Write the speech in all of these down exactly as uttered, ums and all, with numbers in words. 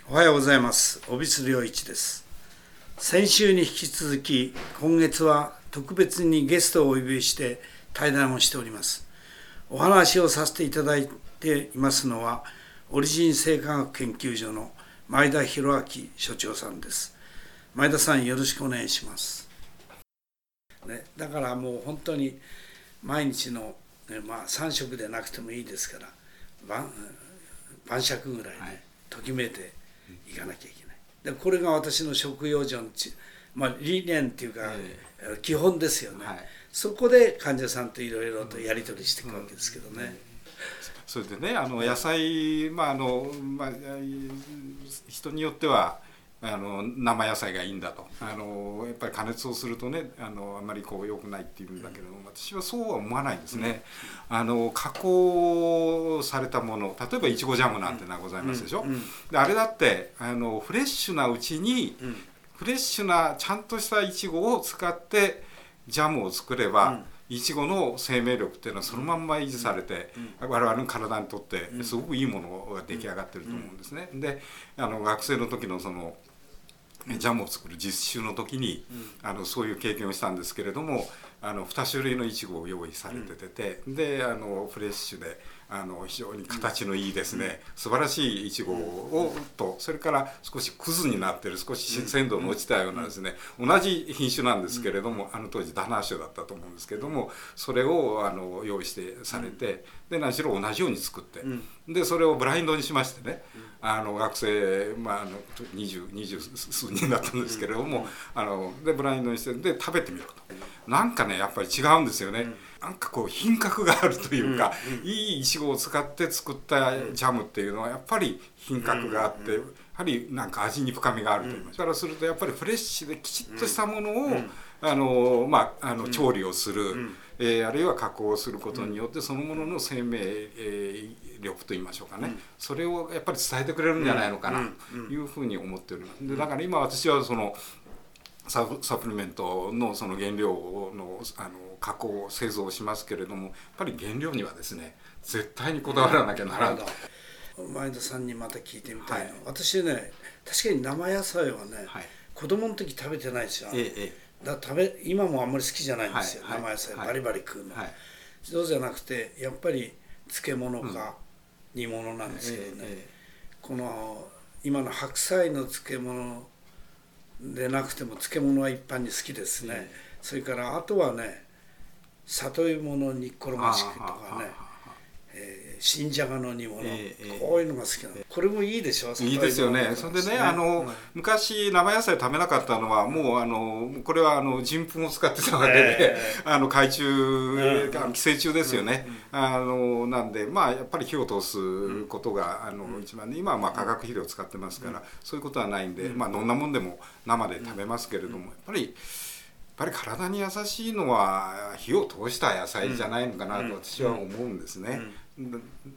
おはようございます。帯津良一です。先週に引き続き、今月は特別にゲストをお呼びして対談をしております。お話をさせていただいていますのは、オリジン生化学研究所の前田博明所長さんです。前田さん、よろしくお願いします。ね、だからもう本当に毎日の、ねまあ、さん食でなくてもいいですから、晩, 晩酌ぐらいね、はい、ときめいていかなきゃいけない。でこれが私の食養生のち、まあ、理念っていうか、えー、基本ですよね、はい、そこで患者さんといろいろとやり取りしていくわけですけどね、うんうんうん、 それでね、あの野菜、まああのまあ、人によってはあの生野菜がいいんだと、あのやっぱり加熱をするとね、あのあんまりこう良くないっていうんだけども、私はそうは思わないですね、うん、あの加工されたもの、例えばいちごジャムなんてのはございますでしょ、うんうん、であれだってあのフレッシュなうちに、うん、フレッシュなちゃんとしたいちごを使ってジャムを作れば、うんいちごの生命力っていうのはそのまんま維持されて、うん、我々の体にとってすごくいいものが出来上がってると思うんですね。で、あの学生の時のそのジャムを作る実習の時に、うん、あのそういう経験をしたんですけれども、あのに種類のいちごを用意されてて、うん、であのフレッシュであの非常に形のいいですね、うん、素晴らしいいちごをと、それから少しクズになってる少し鮮度の落ちたようなですね、同じ品種なんですけれども、あの当時ダナー種だったと思うんですけれども、それをあの用意してされて、で何しろ同じように作って、でそれをブラインドにしましてね、あの学生、まあ、あの二十二十数人だったんですけれども、あのでブラインドにしてで食べてみろと、なんかねやっぱり違うんですよね、なんかこう品格があるというか、うんうん、いいイチゴを使って作ったジャムっていうのはやっぱり品格があって、やはりなんか味に深みがあると言いますか、うん、からするとやっぱりフレッシュできちっとしたものを、うん、あのまああの調理をする、うんえー、あるいは加工をすることによってそのものの生命力と言いましょうかね、うん、それをやっぱり伝えてくれるんじゃないのかなというふうに思っております。でだから今私はそのサプ、サプリメントのその原料の、あの加工製造をしますけれども、やっぱり原料にはですね絶対にこだわらなきゃならない。 前田さんにまた聞いてみたいの、はい、私ね確かに生野菜はね、はい、子供の時食べてないですよ、ええ、だ食べ今もあんまり好きじゃないんですよ、はい、生野菜、はい、バリバリ食うの、はい、そうじゃなくてやっぱり漬物か煮物なんですけどね、うんええ、この今の白菜の漬物でなくても漬物は一般に好きですね、ええ、それからあとはね里芋の煮っころがしとかね、えー、新じゃがの煮物、えー、こういうのが好きなの、えー、これもいいでしょ。 いいですよね。それでね、あの、うん、昔生野菜食べなかったのはもうあのこれはあの人糞を使ってたわけで、えー、あの海中、うん、寄生虫ですよね、うんうん、あのなんでまあやっぱり火を通すことが、うん、あの一番ね、今はまあ化学肥料を使ってますから、うん、そういうことはないんで、うん、まあどんなもんでも生で食べますけれども、うん、やっぱりやっぱり体に優しいのは火を通した野菜じゃないのかなと私は思うんですね、うんうん、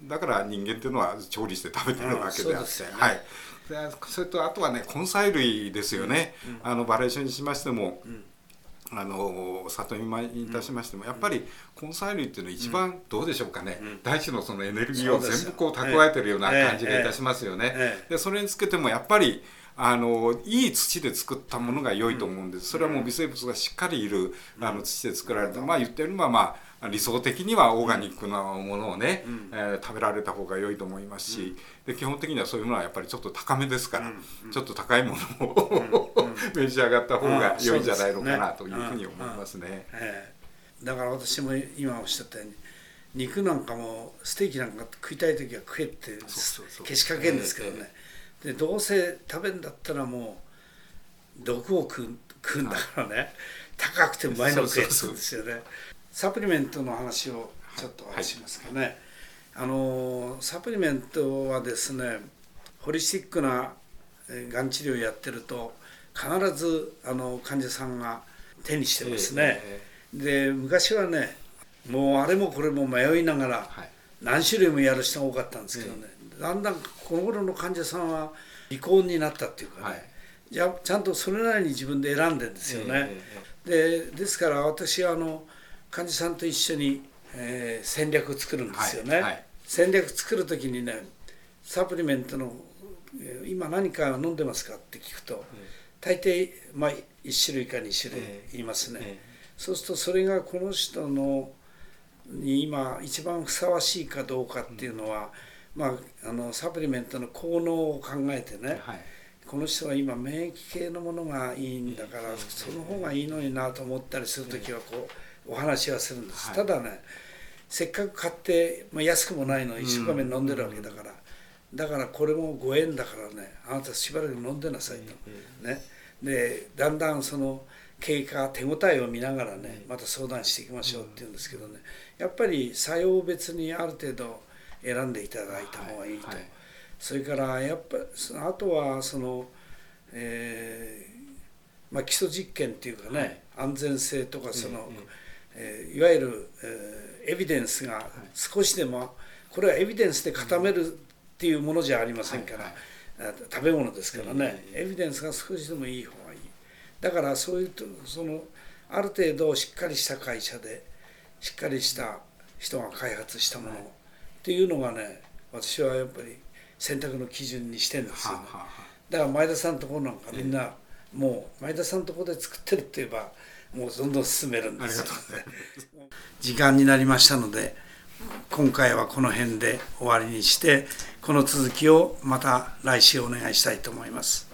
だから人間っていうのは調理して食べてるわけであって、うんねはい、それとあとはね根菜類ですよね、うんうん、あのバリエーションにしましても、うん、あの里芋にいたしましても、うん、やっぱり根菜類っていうのは一番どうでしょうかね、うん、大地のそのエネルギーを全部こう蓄えてるような感じがいたしますよね、ええええ、でそれにつけてもやっぱりあのいい土で作ったものが良いと思うんです。それはもう微生物がしっかりいるあの土で作られた、まあ言ってるのはまあ理想的にはオーガニックなものをね、うんえー、食べられた方が良いと思いますし、で基本的にはそういうものはやっぱりちょっと高めですから、うん、ちょっと高いものを、うん、召し上がった方が良いんじゃないのかなというふうに思いますね。 えー、だから私も今おっしゃったように肉なんかもステーキなんか食いたい時は食えってけしかけるんですけどね、えーえーでどうせ食べるんだったらもう毒を食う、食うんだからね高くてうまいの食えってんですよね。サプリメントの話をちょっとしますかね、はい、あのサプリメントはですねホリスティックながん治療をやってると必ずあの患者さんが手にしてますね、えーえー、で昔はねもうあれもこれも迷いながら何種類もやる人が多かったんですけどね、えー、だんだんこの頃の患者さんは利口になったっていうかね、はい、じゃちゃんとそれなりに自分で選んでるんですよね、えー、で, ですから私はあの患者さんと一緒に、えー、戦略を作るんですよね、はいはい、戦略作る時にねサプリメントの今何か飲んでますかって聞くと大抵まあいち種類かに種類言いますね。そうするとそれがこの人のに今一番ふさわしいかどうかっていうのは、まあ、あのサプリメントの効能を考えてね、はい、この人は今免疫系のものがいいんだからその方がいいのになと思ったりする時はこうお話はするんです、はい、ただねせっかく買って、まあ、安くもないのに一生懸命飲んでるわけだから、だからこれもご縁だからねあなたしばらく飲んでなさいと、ね、でだんだんその経過手応えを見ながらねまた相談していきましょうっていうんですけどね、やっぱり作用別にある程度選んでいただいた方がいいと、はいはい、それからやっぱあとはその、えーまあ、基礎実験っていうかね、はい、安全性とかその、えー、いわゆる、えー、エビデンスが少しでもこれはエビデンスで固めるっていうものじゃありませんから、はいはい、食べ物ですからね、エビデンスが少しでもいい方がいい。だからそういうとそのある程度しっかりした会社でしっかりした人が開発したものっていうのがね私はやっぱり選択の基準にしてるんですよね。だから前田さんのところなんかみんなもう前田さんのところで作ってるって言えばもうどんどん進めるんですよ。時間になりましたので今回はこの辺で終わりにしてこの続きをまた来週お願いしたいと思います。